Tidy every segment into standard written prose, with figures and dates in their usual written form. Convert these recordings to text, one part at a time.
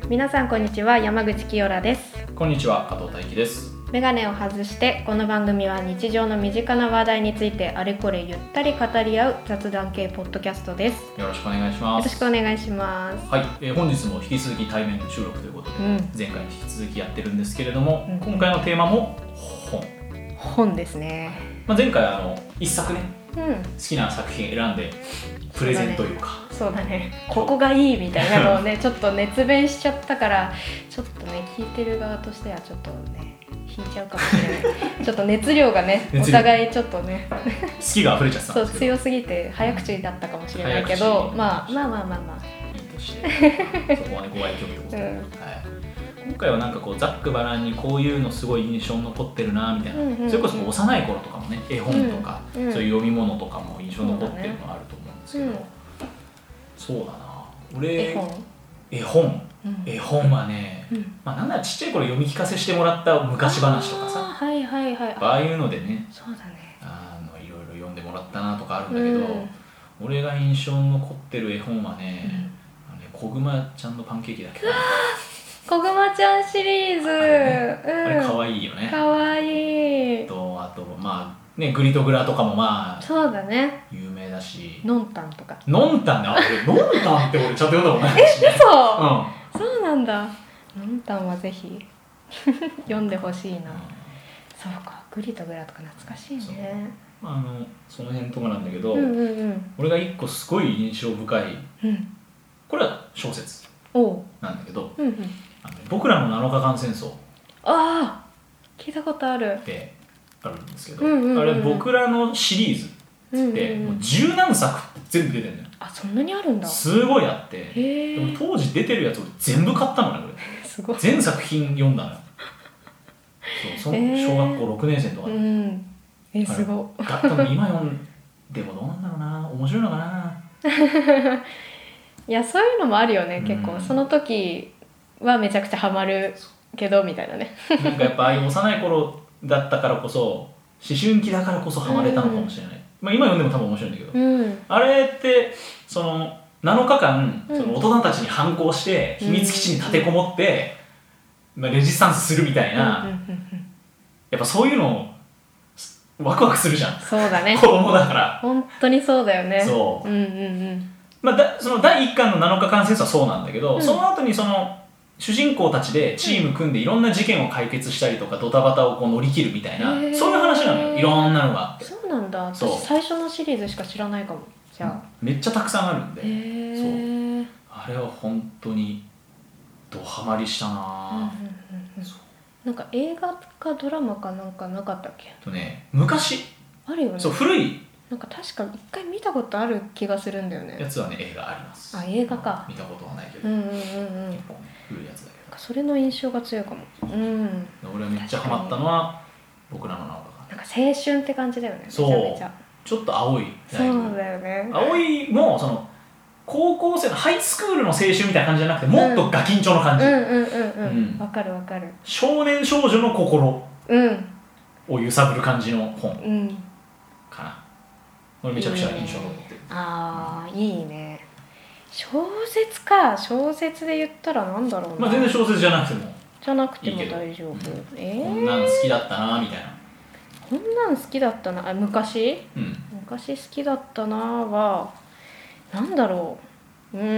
皆さんこんにちは、山口清良です。 こんにちは、加藤大輝です。 メガネを外して、この番組は日常の身近な話題についてあれこれゆったり語り合う雑談系ポッドキャストです。 よろしくお願いします。 よろしくお願いします。 はい、本日も引き続き対面収録ということで、前回に引き続きやってるんですけれども、今回のテーマも本ですね。 前回一作ね、好きな作品選んでプレゼンというか、 そうだね、ここがいいみたいなのをねちょっと熱弁しちゃったから、ちょっとね聞いてる側としてはちょっとね引いちゃうかもしれないちょっと熱量がねお互いちょっとね好きが溢れちゃったんですけど、 そう強すぎて早口だったかもしれないけど、まあいいとしてそこはねご愛嬌ということで、今回はなんかこうざっくばらんにこういうのすごい印象に残ってるなみたいな、それこそ幼い頃とかもね絵本とか、そういう読み物とかも印象に残ってるのあると思うんですけど、そうだな、俺絵本はね、なんならちっちゃい頃読み聞かせしてもらった昔話とかさ、ああいうのでね、 そうだね、 いろいろ読んでもらったなとかあるんだけど、俺が印象に残ってる絵本はね、こぐまちゃんのパンケーキだっけど、 こぐまちゃんシリーズ、 あれ可愛いよね。 可愛い。 あとグリとグラとかもそうだね、 有名だし、 のんたんとか。 のんたんね、のんたんって俺ちゃんと読んだことないし、 嘘、そうなんだ。のんたんはぜひ読んでほしいな。そうか、グリとグラとか懐かしいね。 その辺とかなんだけど、俺が一個すごい印象深い、これは小説なんだけど、僕らの7日間戦争聞いたことあるってあるんですけど、あれ僕らのシリーズってもう十何作全部出てるんだよ。 そんなにあるんだ。 すごいあって、でも当時出てるやつ俺全部買ったのね、これすごい全作品読んだのよ。小学校6年生とかすごい。 多分今読んでもどうなんだろうな、面白いのかな。 いや、そういうのもあるよね、結構その時はめちゃくちゃハマるけどみたいなね。 なんかやっぱああいう幼い頃だったからこそ、思春期だからこそハマれたのかもしれない。今読んでも多分面白いんだけど、あれってその7日間その大人たちに反抗して秘密基地に立てこもって、レジスタンスするみたいな、やっぱそういうのワクワクするじゃん。 そうだね、 子供だから本当にそうだよね。 そうその第1巻の7日間戦争はそうなんだけど、その後にその主人公たちでチーム組んでいろんな事件を解決したりとか、ドタバタをこう乗り切るみたいな、そういう話なのよ。いろんなのがあって。 そうなんだ。私最初のシリーズしか知らないかも。じゃあめっちゃたくさんあるんで、そうあれは本当にドハマりしたな。 なんか映画かドラマかなんかなかったっけ？ 昔あるよね。 そう、古いなんか確か一回見たことある気がするんだよね。 やつはね、映画あります。 映画か。 見たことはないけど、結構ね古いやつだけど、 それの印象が強いかも。 俺はめっちゃハマったのは僕らの7日間。 なんか青春って感じだよね。めちゃめちゃちょっと青い。 そうだよね。 青いもその高校生のハイスクールの青春みたいな感じじゃなくて、もっとガキンチョの感じ。わかるわかる。少年少女の心を揺さぶる感じの本かな。これめちゃくちゃ印象に残ってる。 いいね。小説か。小説で言ったらなんだろうな。 全然小説じゃなくても大丈夫。 こんなん好きだったなみたいな。 こんなん好きだったな。昔好きだったなはなんだろう。い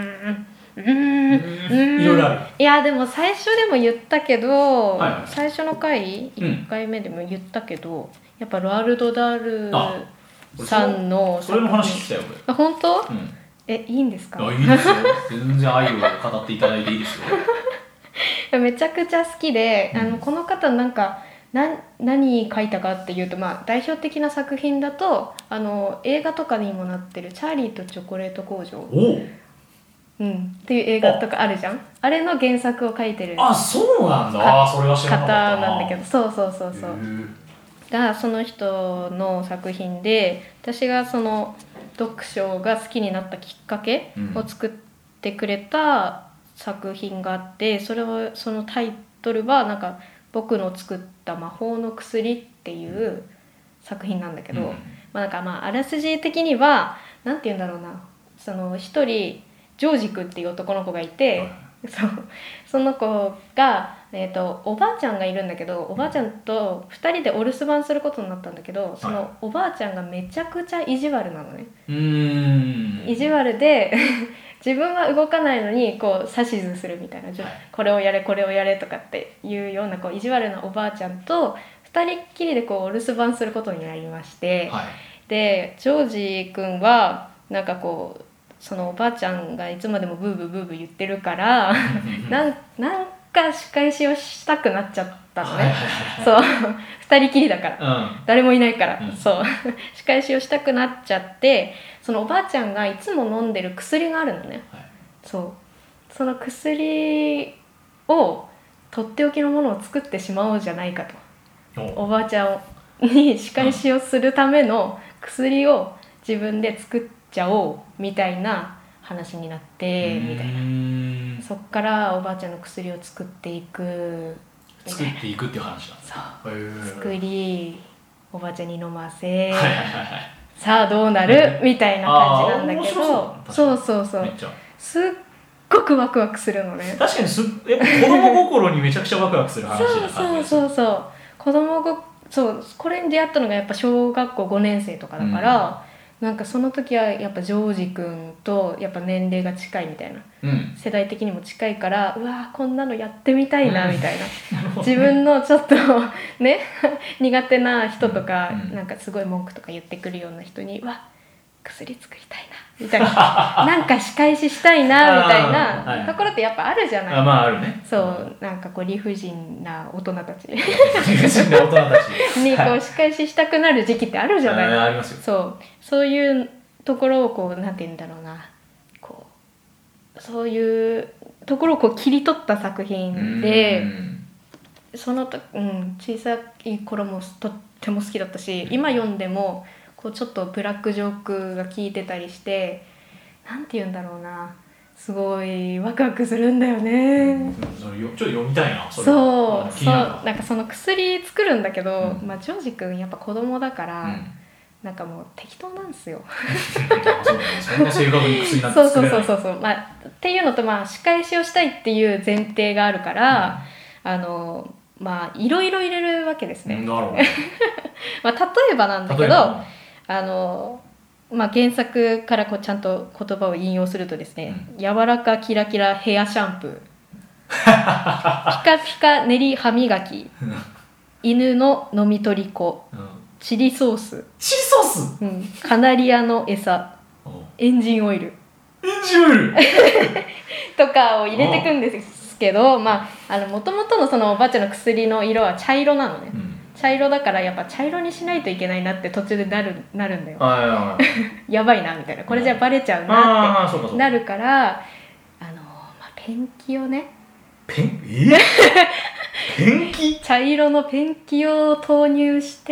ろいろある。 いやでも最初でも言ったけど、最初の回1回目でも言ったけど、やっぱロアルド・ダールさんのそれの話聞きたよ俺。 本当？いいんですか？ いいですよ。全然愛を語っていただいていいですよ。 めちゃくちゃ好きで、この方なんか何書いたかっていうと、代表的な作品だと映画とかにもなってる「チャーリーとチョコレート工場」っていう映画とかあるじゃん。あれの原作を書いてる。 そうなんだ。それは知らなかったな。 方なんだけど、そうがその人の作品で、私がその読書が好きになったきっかけを作ってくれた作品があって、そのタイトルはなんか僕の作った魔法の薬っていう作品なんだけど、なんかあらすじ的にはなんて言うんだろうな、その一人ジョージ君っていう男の子がいて、 その子が、おばあちゃんがいるんだけど、おばあちゃんと2人でお留守番することになったんだけど、そのおばあちゃんがめちゃくちゃ意地悪なのね。意地悪で自分は動かないのにこう指図するみたいな、これをやれこれをやれとかっていうようなこう意地悪なおばあちゃんと2人っきりでこうお留守番することになりまして、でジョージ君はなんかこうそのおばあちゃんがいつまでもブーブーブーブー言ってるからなんか仕返しをしたくなっちゃったのね。そう2人きりだから、誰もいないから、そう仕返しをしたくなっちゃって、そのおばあちゃんがいつも飲んでる薬があるのね、その薬をとっておきのものを作ってしまおうじゃないかと、おばあちゃんに仕返しをするための薬を自分で作っちゃおうみたいな話になってみたいな、そっからおばあちゃんの薬を作っていくっていう話なんです。作りおばあちゃんに飲ませ、さあどうなるみたいな感じなんだけど、そうすっごくワクワクするのね。 確かに子供心にめちゃくちゃワクワクする話な感じです。 そう子供これに出会ったのがやっぱ小学校5年生とかだから、なんかその時はやっぱジョージ君とやっぱ年齢が近いみたいな、世代的にも近いから、うわーこんなのやってみたいなみたいな、自分のちょっとね苦手な人とか、なんかすごい文句とか言ってくるような人に、わ薬作りたいなみたいななんか仕返ししたいなみたいなところってやっぱあるじゃない。 あるね。 そうなんかこう理不尽な大人たちにこう仕返ししたくなる時期ってあるじゃない。 ありますよ。 そういうところをこうなんて言うんだろうな、こうそういうところをこう切り取った作品で、その小さい頃もとっても好きだったし、今読んでもこうちょっとブラックジョークが効いてたりして、なんて言うんだろうな、すごいワクワクするんだよね。 ちょっと読みたいな。 そうなんかその薬作るんだけど、ジョージ君やっぱ子供だから、なんかもう適当なんですよそんな正確に薬なんて作れない。 そう、っていうのと、仕返しをしたいっていう前提があるから、いろいろ入れるわけですね。なるほど例えばなんだけど、原作からこうちゃんと言葉を引用するとですね、柔らかキラキラヘアシャンプーピカピカ練り歯磨き犬の飲み取り粉、チリソース、カナリアの餌、エンジンオイルとかを入れてくんですけど、もともとのそのおばあちゃんの薬の色は茶色なのね、茶色だからやっぱ茶色にしないといけないなって途中でなるんだよやばいなみたいな、これじゃバレちゃうなってなるから、ペンキをねペンキ茶色のペンキを投入して、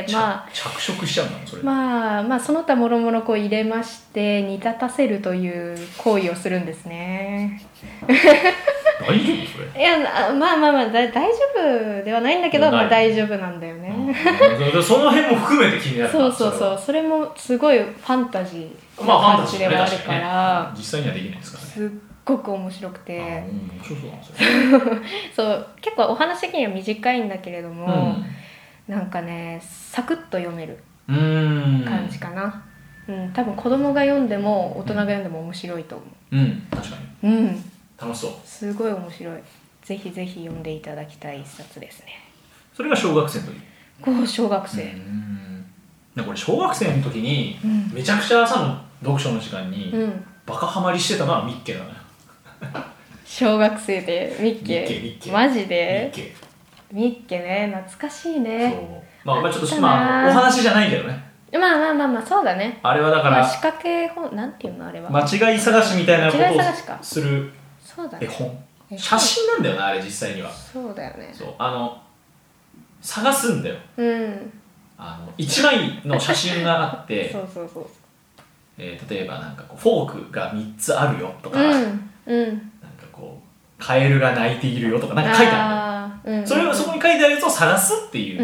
着色しちゃうんだそれ。 その他もろもろこう入れまして煮立たせるという行為をするんですね大丈夫それ？ いや大丈夫ではないんだけど、大丈夫なんだよねその辺も含めて気になる。 そうそれもすごいファンタジーな感じではあるから、 実際にはできないですからね。 すっごく面白くて、 面白そうなんですよそう結構お話的には短いんだけれども、なんかねサクッと読める感じかな。多分子供が読んでも大人が読んでも面白いと思う。 確かに。楽しそう。 すごい面白い。ぜひぜひ読んでいただきたい一冊ですね。 それが小学生の時？ 小学生。 これ小学生の時にめちゃくちゃ朝の読書の時間にバカハマりしてたのはミッケだね。 小学生でミッケマジでミッケね、懐かしいね。 ちょっとお話じゃないけどね。 そうだね。 あれはだから仕掛け本、なんていうのあれは、 間違い探しみたいなことをする絵本。写真なんだよなあれ実際には。 そうだよね。 探すんだよ。1枚の写真があって例えばなんかこうフォークが3つあるよとか、なんかこうカエルが鳴いているよとかなんか書いてある。そこに書いてあるやつを探すっていう、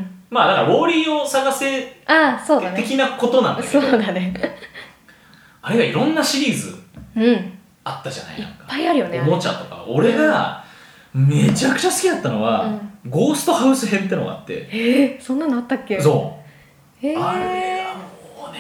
だからウォーリーを探せ的なことなんだけど、あれがいろんなシリーズあったじゃない、なんかいっぱいあるよね、 おもちゃとか。俺がめちゃくちゃ好きだったのは、ゴーストハウス編ってのがあって。 そんなのあったっけ？ そう、あれはも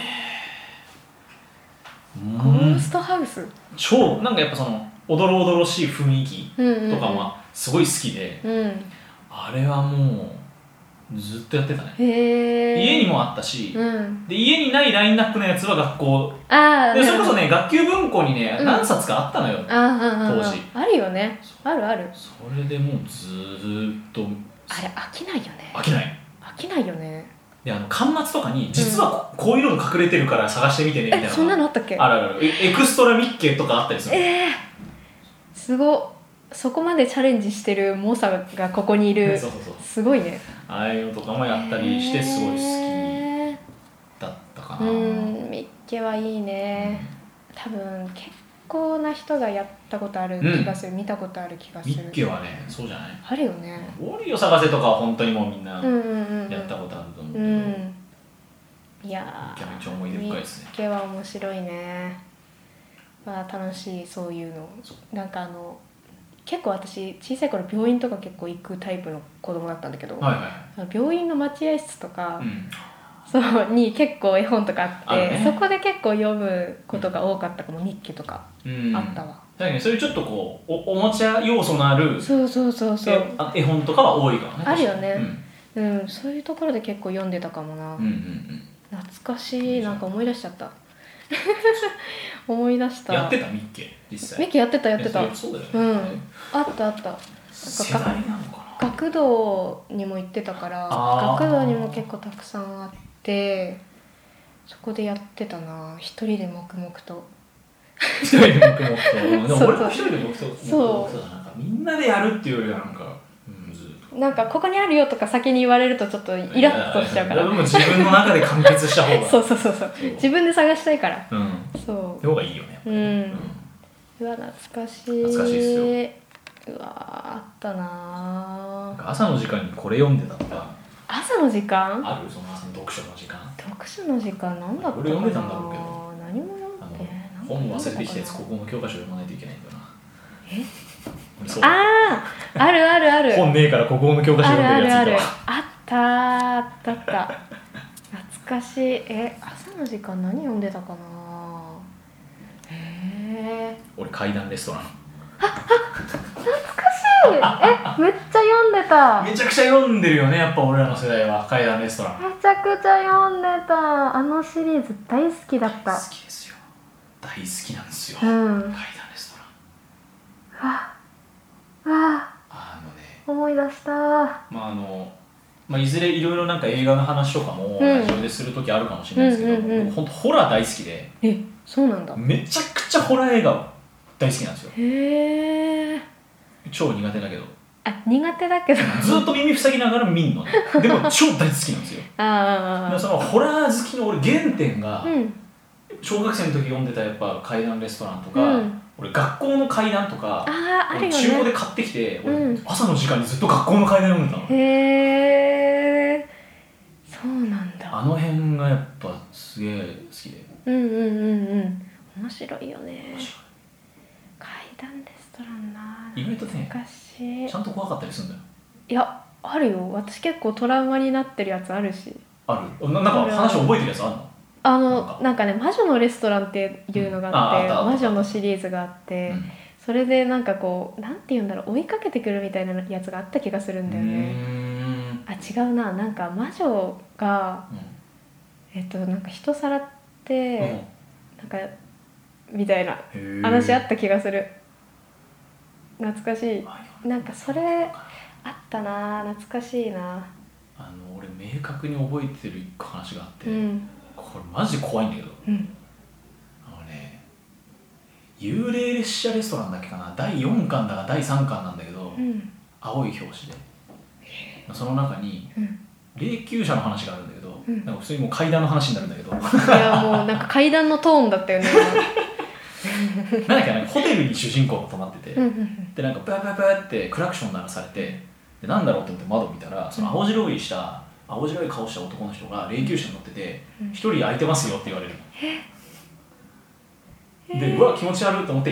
うね、 ゴーストハウス、 超なんかやっぱそのおどろおどろしい雰囲気とかもすごい好きで、あれはもうずっとやってたね。家にもあったし、で家にないラインナップのやつは学校で、それこそね、学級文庫にね、何冊かあったのよ、当時。 あるよね、あるある。 それでもうずーっとあれ飽きないよね。 飽きないよね。 で、巻末とかに実はこういうのが隠れてるから探してみてねみたいな。 そんなのあったっけ？ あるある。エクストラミッケとかあったりする。 すごっ。そこまでチャレンジしてる猛者がここにいる。すごいね。 ああいうのとかもやったりしてすごい好きだったかな。 ミッケはいいね。多分結構な人がやったことある気がする、見たことある気がする。 ミッケはね、そうじゃない？ あるよね。 ウォリーを探せとかは本当にもうみんなやったことあると思うけど、 いやー、めっちゃ思い出深いですね。 ミッケは面白いね。楽しい、そういうの。なんか結構私小さい頃病院とか結構行くタイプの子供だったんだけど、病院の待合室とか、そうに結構絵本とかあって、そこで結構読むことが多かったかも。ミッケとかあったわ。 確かにそういうちょっとこう おもちゃ要素のある絵本とかは多いからね。 あるよね。そういうところで結構読んでたかもな。懐かしい。なんか思い出しちゃった思い出した。 やってたミッケ実際。 ミッケやってた。 そうだよね。 あった。 世代なのかな。 学童にも行ってたから、学童にも結構たくさんあって、そこでやってたな。一人で黙々と。 一人で黙々と。でも俺も一人で黙々と。そう。なんかみんなでやるっていうよりはなんか、 なんかここにあるよとか先に言われるとちょっとイラッとしちゃうから。 でも自分の中で完結した方が。 そう自分で探したいから。 そう。方がいいよね。 うわ、懐かしい。 懐かしいですよ。うわ、あったな。 朝の時間にこれ読んでたとか。 朝の時間？ ある？その朝の読書の時間。 読書の時間なんだったかな。 俺読んでたんだろうけど。 何も読んで。 本忘れてきたやつ、ここの教科書読まないといけないんだな。 ある。 本ねえから国語の教科書読んでるやついたわ。 あった。懐かしい。朝の時間何読んでたかな。 俺怪談レストラン。 懐かしい。めっちゃ読んでた。 めちゃくちゃ読んでるよね、やっぱ俺らの世代は。怪談レストランめちゃくちゃ読んでた。あのシリーズ大好きだった。 好きですよ。大好きなんですよ、怪談レストラン。 思い出した。 いずれいろいろなんか映画の話とかもラジオでする時あるかもしれないですけど、僕本当ホラー大好きで。 そうなんだ。 めちゃくちゃホラー映画大好きなんですよ。超苦手だけど。 苦手だけどずっと耳塞ぎながら見んのね。でも超大好きなんですよ。そのホラー好きの俺原点が、小学生の時読んでたやっぱ怪談レストランとか、俺学校の怪談とか中古で買ってきて、俺朝の時間にずっと学校の怪談読んでたの。 そうなんだ。 あの辺がやっぱすげえ好きで。 面白いよね。怪談レストランな。 意外とね、ちゃんと怖かったりするんだよ。 いや、あるよ。私結構トラウマになってるやつあるし。 ある？なんか話覚えてるやつあるの？ なんかね、魔女のレストランっていうのがあって、魔女のシリーズがあって、それでなんかこう、なんて言うんだろう、追いかけてくるみたいなやつがあった気がするんだよね。違うな。なんか魔女がなんか人さらってなんかみたいな話あった気がする。懐かしい。なんかそれあったな。懐かしいな。 俺明確に覚えてる一個話があって、これマジで怖いんだけど、幽霊列車レストランだっけかな、第4巻だか第3巻なんだけど、青い表紙で、その中に霊柩車の話があるんだけど、なんか普通にもう怪談の話になるんだけど、 いやもうなんか怪談のトーンだったよねなんかホテルに主人公が泊まってて、でなんかブーブーブーってクラクション鳴らされて、でなんだろうと思って窓見たら、その青白い顔した男の人が霊柩車に乗ってて、一人空いてますよって言われるの。でうわ気持ち悪いと思ってやめる。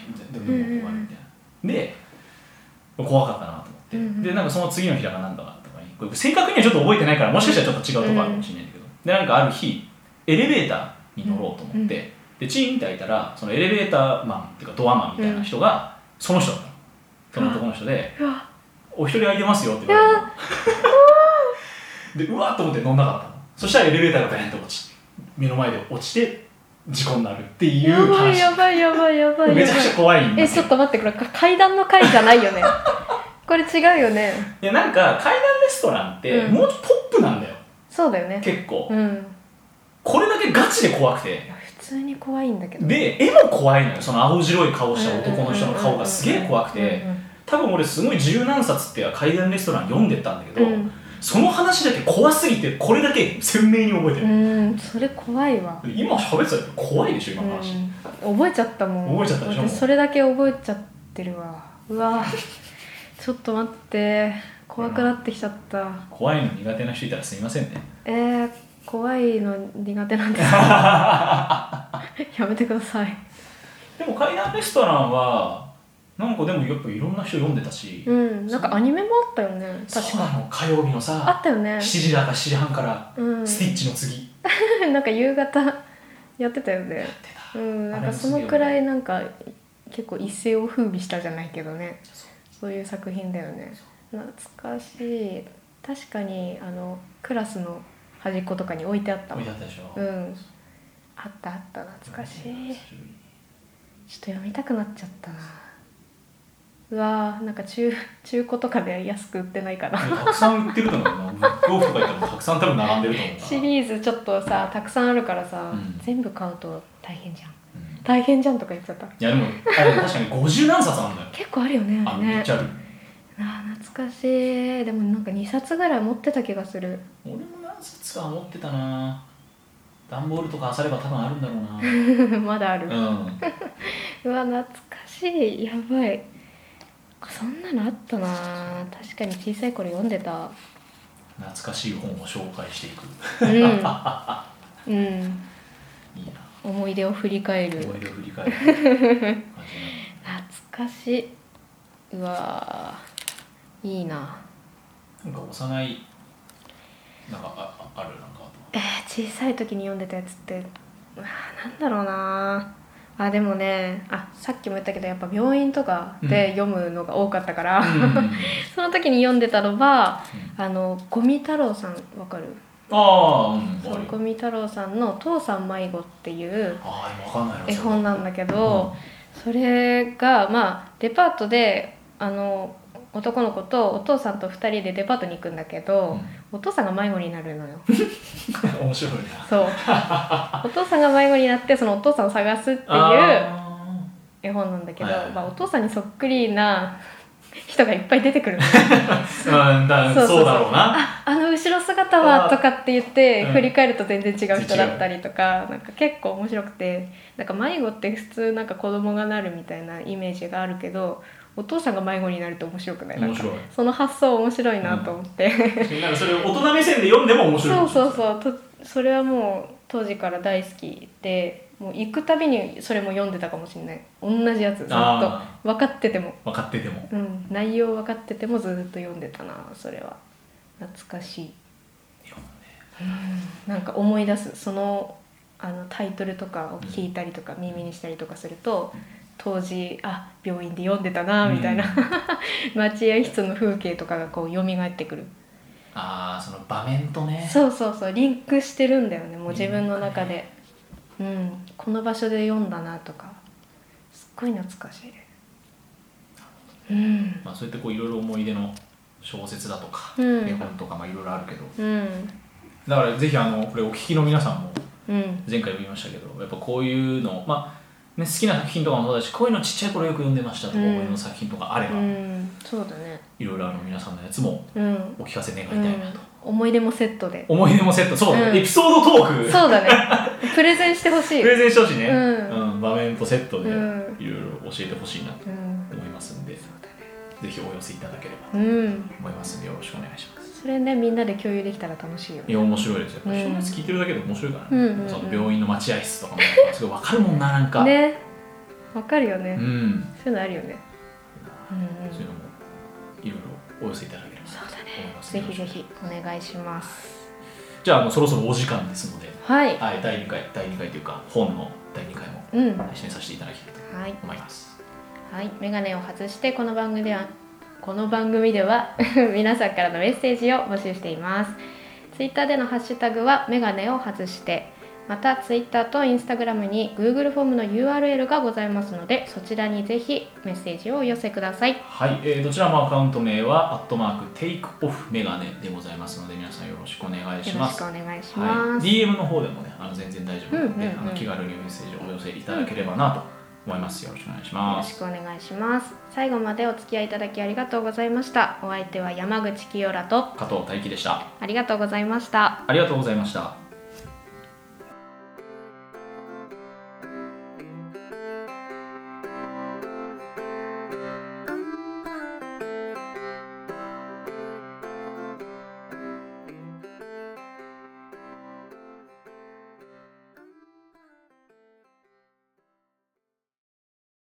でも終わるみたいな。で怖かったなと思って、でなんかその次の日だかなんだかとかにこれ正確にはちょっと覚えてないからもしかしたらちょっと違うとこあるかもしれないんだけど、でなんかある日エレベーターに乗ろうと思って、でチーンって開いたらそのエレベーターマンっていうかドアマンみたいな人がその人だったの、その男の人で「お一人空いてますよ」って言われたのでうわっと思って乗んなかったの。そしたらエレベーターがバーンって目の前で落ちて事故になるっていう話。 やばいめちゃくちゃ怖いんですよ。 ちょっと待って、これ階段の階じゃないよねこれ違うよね。 いやなんか階段レストランってもうちょっとポップなんだよ。 そうだよね結構、これだけガチで怖くて、 普通に怖いんだけど、 で絵も怖いのよ。その青白い顔した男の人の顔がすげえ怖くて、多分俺すごい十何冊って階段レストラン読んでたんだけど、その話だけ怖すぎてこれだけ鮮明に覚えてる。 それ怖いわ。 今喋ってたら怖いでしょ今の話、 覚えちゃったもん。 覚えちゃったでしょ。 それだけ覚えちゃってるわ。うわちょっと待って、怖くなってきちゃった。 怖いの苦手な人いたらすみませんね。 怖いの苦手なんですやめてください。 でも階段レストランはなんかでもやっぱいろんな人読んでたし、 なんかアニメもあったよね。確か火曜日のさあったよね。 7時だか7時半から、スティッチの次なんか夕方やってたよね。なんかそのくらいなんか結構一世を風靡したじゃないけどね、そういう作品だよね。懐かしい。確かにクラスの端っことかに置いてあったもん。 置いてあったでしょ。 あった懐かしい。ちょっと読みたくなっちゃったな。うわなんか中古とかで安く売ってないかな。 たくさん売ってると思うな。ブックオフとか行ったらたくさん多分並んでると思うな。 シリーズちょっとさたくさんあるからさ、全部買うと大変じゃん、大変じゃんとか言っちゃった。 いやでもあれ確かに50何冊あるんだよ。 結構あるよねあれね。 めっちゃある。 懐かしい。でもなんか2冊ぐらい持ってた気がする。 俺も何冊か持ってたな。段ボールとか漁れば多分あるんだろうなまだある。うわ懐かしい。やばい、そんなのあったな。確かに小さい頃読んでた。 懐かしい本を紹介していくいいな。 思い出を振り返る。 懐かしい。うわいいな。 なんか幼いなんかあるなんか小さい時に読んでたやつってなんだろうな。でもねさっきも言ったけどやっぱ病院とかで読むのが多かったから、その時に読んでたのは五味太郎さんわかる？そう五味太郎さんの「父さん迷子」っていう絵本なんだけど、それがデパートで男の子とお父さんと2人でデパートに行くんだけど、お父さんが迷子になるのよ面白いな。 そうお父さんが迷子になってそのお父さんを探すっていう絵本なんだけど、お父さんにそっくりな人がいっぱい出てくるのそうだろうな。 後ろ姿はとかって言って振り返ると全然違う人だったりとか、なんか結構面白くて、なんか迷子って普通なんか子供がなるみたいなイメージがあるけど、お父さんが迷子になると面白くない？ 面白い。 その発想面白いなと思って、 なんかそれ大人目線で読んでも面白い。 それはもう当時から大好きで、もう行くたびにそれも読んでたかもしれない。同じやつずっと分かってても、内容分かっててもずっと読んでたな。それは懐かしい。なんか思い出す。そのタイトルとかを聞いたりとか耳にしたりとかすると、当時病院で読んでたなみたいな、待合室の風景とかがこう蘇ってくる。 その場面とね。 そうリンクしてるんだよね、もう自分の中で。この場所で読んだなとか、すっごい懐かしい。 そうやってこういろいろ思い出の小説だとか、絵本とかいろいろあるけど、だからぜひこれお聞きの皆さんも前回読みましたけど、やっぱこういうの好きな作品とかもそうだし、こういうのちっちゃい頃よく読んでましたとか思いの作品とかあれば、 そうだね、 いろいろ皆さんのやつもお聞かせ願いたいなと。 思い出もセットで。 思い出もセット、そうだね、エピソードトーク。 そうだね、プレゼンしてほしい。 プレゼンしてほしいね。場面とセットでいろいろ教えてほしいなと思いますんで、ぜひお寄せいただければと思いますんで、よろしくお願いします。 それね、みんなで共有できたら楽しいよね。 いや面白いですよ。人のやつ聞いてるだけで面白いからね。その病院の待合室とかもすごい分かるもんな、なんか。 ね。 わかるよね、 うん、 そういうのあるよね、 そういうのもいろいろお寄せいただければと思います。 ぜひぜひお願いします。 じゃあそろそろお時間ですので、 はい、 第2回というか本の第2回も一緒にさせていただきたいと思います。 はい、メガネを外してこの番組では皆さんからのメッセージを募集しています。ツイッターでのハッシュタグはメガネを外して、またツイッターとインスタグラムに Google フォームの URL がございますので、そちらにぜひメッセージをお寄せください。 はい、どちらもアカウント名は@takeoff メガネでございますので、皆さんよろしくお願いします。 よろしくお願いします。 DM の方でもね、全然大丈夫なので、気軽にメッセージをお寄せいただければなと思います。よろしくお願いします。 よろしくお願いします。最後までお付き合いいただきありがとうございました。お相手は山口清良と加藤大輝でした。 ありがとうございました。 ありがとうございました。